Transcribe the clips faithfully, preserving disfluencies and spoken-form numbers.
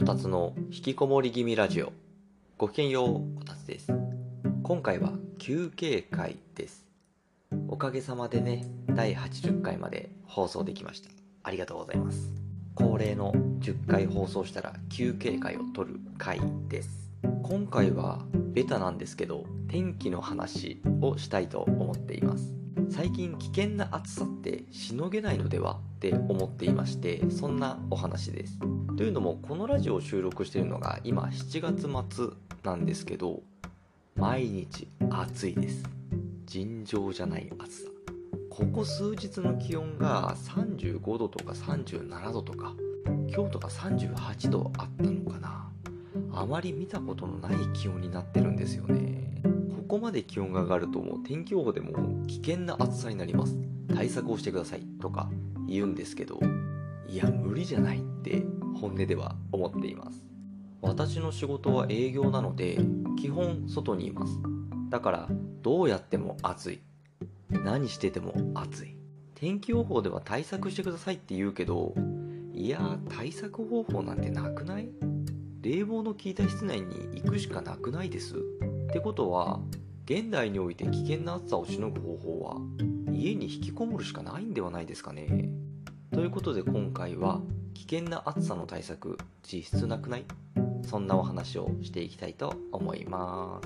こたつの引きこもり気味ラジオ。ごきげんよう、こたつです。今回は休憩会です。おかげさまでね、だいはちじゅっかいまで放送できました。ありがとうございます。恒例のじゅっかい放送したら休憩会を取る回です。今回はベタなんですけど、天気の話をしたいと思っています。最近危険な暑さってしのげないのではって思っていまして、そんなお話です。というのも、このラジオを収録しているのが今しちがつ末なんですけど、毎日暑いです。尋常じゃない暑さ。ここ数日の気温がさんじゅうごどとかさんじゅうななどとか、今日とかさんじゅうはちどあったのかな。あまり見たことのない気温になってるんですよね。ここまで気温が上がるともう天気予報でも危険な暑さになります、対策をしてくださいとか言うんですけど、いや無理じゃないって本音では思っています。私の仕事は営業なので基本外にいます。だからどうやっても暑い、何してても暑い。天気予報では対策してくださいって言うけど、いや対策方法なんてなくない？冷房の効いた室内に行くしかなくないです。ってことは現代において危険な暑さをしのぐ方法は家に引きこもるしかないんではないですかね。ということで今回は危険な暑さの対策実質なくない？そんなお話をしていきたいと思います。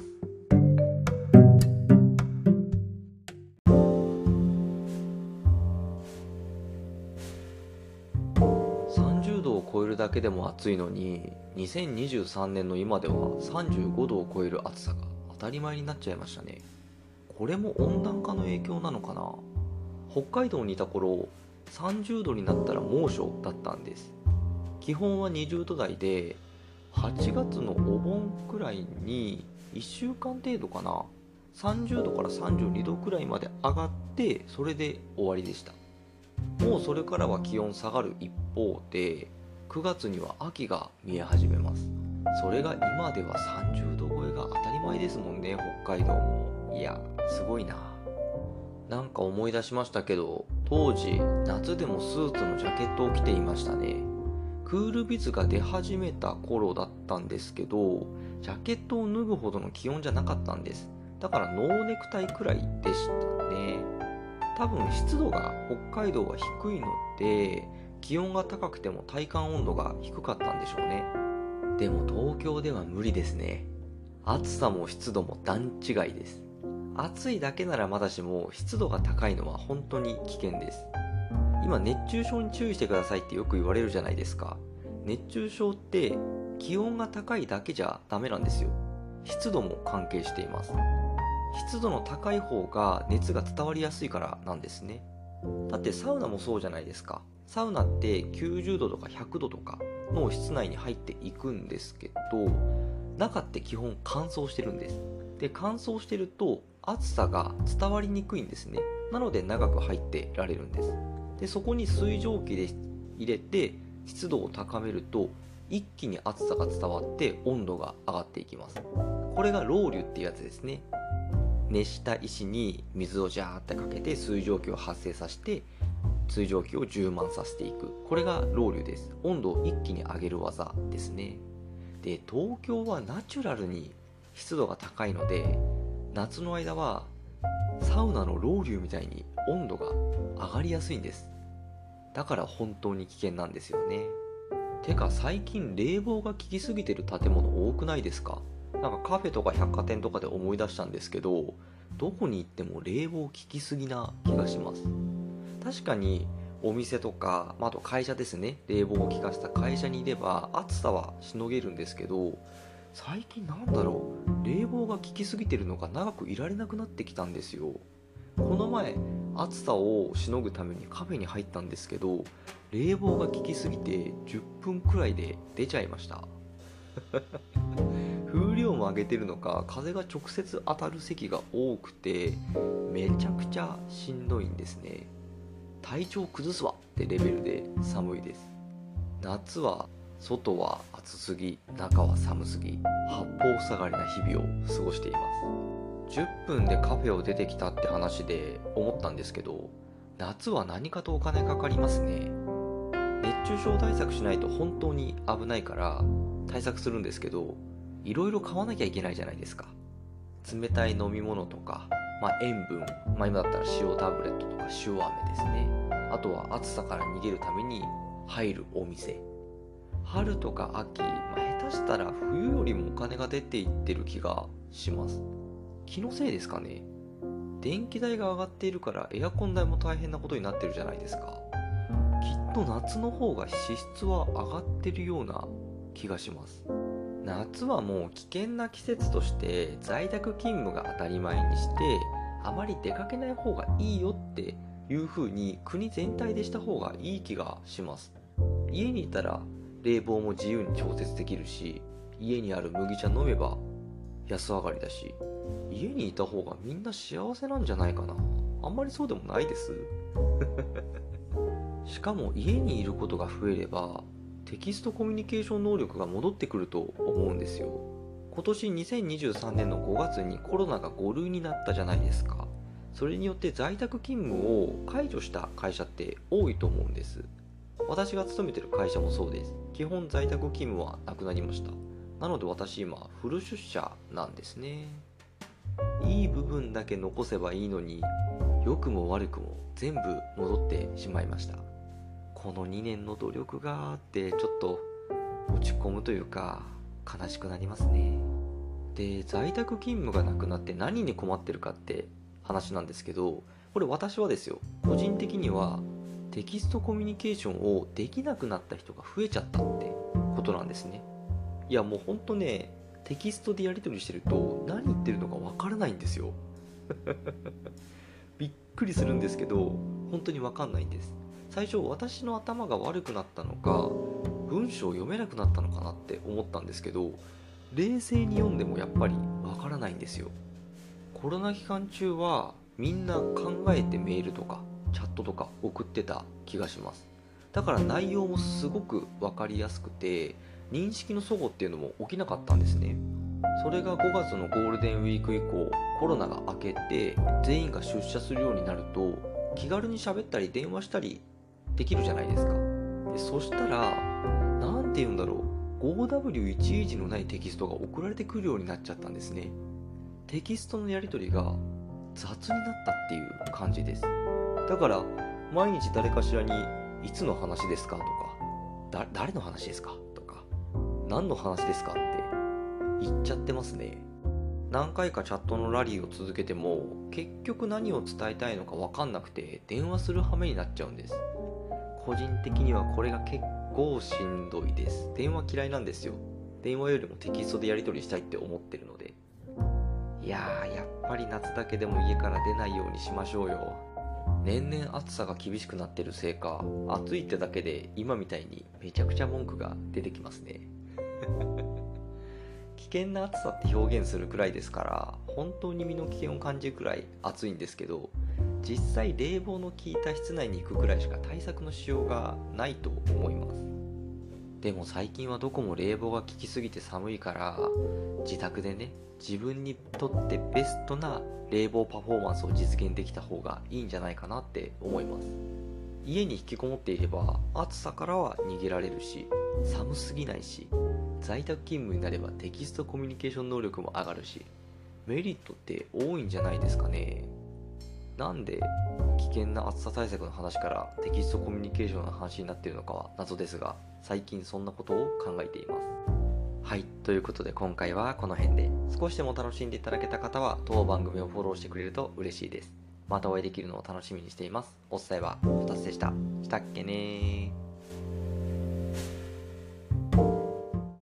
さんじゅうどを超えるだけでも暑いのに、にせんにじゅうさんねんの今ではさんじゅうごどを超える暑さが当たり前になっちゃいましたね。これも温暖化の影響なのかな。北海道にいた頃さんじゅうどになったら猛暑だったんです。基本はにじゅうど台で、はちがつのお盆くらいにいっしゅうかん程度かな、さんじゅうどからさんじゅうにどくらいまで上がって、それで終わりでした。もうそれからは気温下がる一方で、くがつには秋が見え始めます。それが今ではさんじゅうど超えが当たり前ですもんね、北海道も。いやすごいな。なんか思い出しましたけど、当時夏でもスーツのジャケットを着ていましたね。クールビズが出始めた頃だったんですけど、ジャケットを脱ぐほどの気温じゃなかったんです。だからノーネクタイくらいでしたね。多分湿度が北海道は低いので、気温が高くても体感温度が低かったんでしょうね。でも東京では無理ですね。暑さも湿度も段違いです。暑いだけならまだしも、湿度が高いのは本当に危険です。今熱中症に注意してくださいってよく言われるじゃないですか。熱中症って気温が高いだけじゃダメなんですよ。湿度も関係しています。湿度の高い方が熱が伝わりやすいからなんですね。だってサウナもそうじゃないですか。サウナってきゅうじゅうどとかひゃくどとかの室内に入っていくんですけど、中って基本乾燥してるんです。で乾燥してると暑さが伝わりにくいんですね。なので長く入ってられるんです。でそこに水蒸気で入れて湿度を高めると、一気に暑さが伝わって温度が上がっていきます。これがロウリュっていうやつですね。熱した石に水をジャーってかけて水蒸気を発生させて、水蒸気を充満させていく。これがロウリュです。温度を一気に上げる技ですね。で東京はナチュラルに湿度が高いので、夏の間はサウナのロウリュみたいに温度が上がりやすいんです。だから本当に危険なんですよね。てか最近冷房が効きすぎてる建物多くないですか？なんかカフェとか百貨店とかで思い出したんですけど、どこに行っても冷房効きすぎな気がします。確かにお店とか、あと会社ですね、冷房を効かせた会社にいれば暑さはしのげるんですけど、最近なんだろう、冷房が効きすぎてるのか長くいられなくなってきたんですよ。この前暑さをしのぐためにカフェに入ったんですけど、冷房が効きすぎてじゅっぷんくらいで出ちゃいました風量も上げてるのか、風が直接当たる席が多くてめちゃくちゃしんどいんですね。体調崩すわってレベルで寒いです。夏は外は暑すぎ、中は寒すぎ、八方塞がりな日々を過ごしています。じゅっぷんでカフェを出てきたって話で思ったんですけど、夏は何かとお金かかりますね。熱中症対策しないと本当に危ないから対策するんですけど、いろいろ買わなきゃいけないじゃないですか。冷たい飲み物とか、まあ、塩分、まあ、今だったら塩タブレットとか塩飴ですね。あとは暑さから逃げるために入るお店。春とか秋、まあ、下手したら冬よりもお金が出ていってる気がします。気のせいですかね。電気代が上がっているからエアコン代も大変なことになってるじゃないですか。きっと夏の方が支出は上がってるような気がします。夏はもう危険な季節として在宅勤務が当たり前にして、あまり出かけない方がいいよっていう風に国全体でした方がいい気がします。家にいたら冷房も自由に調節できるし、家にある麦茶飲めば安上がりだし、家にいた方がみんな幸せなんじゃないかな。あんまりそうでもないですしかも家にいることが増えればテキストコミュニケーション能力が戻ってくると思うんですよ。今年にせんにじゅうさんねんのごがつにコロナがご類になったじゃないですか。それによって在宅勤務を解除した会社って多いと思うんです。私が勤めてる会社もそうです。基本在宅勤務はなくなりました。なので私今フル出社なんですね。いい部分だけ残せばいいのに、良くも悪くも全部戻ってしまいました。このにねんの努力があってちょっと落ち込むというか悲しくなりますね。で、在宅勤務がなくなって何に困ってるかって話なんですけど、これ私はですよ、個人的にはテキストコミュニケーションをできなくなった人が増えちゃったってことなんですね。いやもうほんとね、テキストでやり取りしてると何言ってるのかわからないんですよびっくりするんですけど本当にわかんないんです。最初私の頭が悪くなったのか文章を読めなくなったのかなって思ったんですけど、冷静に読んでもやっぱりわからないんですよ。コロナ期間中はみんな考えてメールとかチャットとか送ってた気がします。だから内容もすごくわかりやすくて認識の齟齬っていうのも起きなかったんですね。それがごがつのゴールデンウィーク以降、コロナが明けて全員が出社するようになると気軽に喋ったり電話したりできるじゃないですか。でそしたらなんて言うんだろう、 ゴーダブリューいち 字のないテキストが送られてくるようになっちゃったんですね。テキストのやり取りが雑になったっていう感じです。だから毎日誰かしらにいつの話ですかとか、だ誰の話ですかとか、何の話ですかって言っちゃってますね。何回かチャットのラリーを続けても結局何を伝えたいのか分かんなくて電話する羽目になっちゃうんです。個人的にはこれが結構しんどいです。電話嫌いなんですよ。電話よりもテキストでやり取りしたいって思ってるので。いやー、やっぱり夏だけでも家から出ないようにしましょうよ。年々暑さが厳しくなってるせいか、暑いってだけで今みたいにめちゃくちゃ文句が出てきますね危険な暑さって表現するくらいですから、本当に身の危険を感じるくらい暑いんですけど、実際冷房の効いた室内に行くくらいしか対策のしようがないと思います。でも最近はどこも冷房が効きすぎて寒いから、自宅でね、自分にとってベストな冷房パフォーマンスを実現できた方がいいんじゃないかなって思います。家に引きこもっていれば暑さからは逃げられるし、寒すぎないし、在宅勤務になればテキストコミュニケーション能力も上がるし、メリットって多いんじゃないですかね。なんで危険な暑さ対策の話からテキストコミュニケーションの話になっているのかは謎ですが、最近そんなことを考えています。はい、ということで今回はこの辺で、少しでも楽しんでいただけた方は当番組をフォローしてくれると嬉しいです。またお会いできるのを楽しみにしています。おっさいはこたつでした。したっけねー。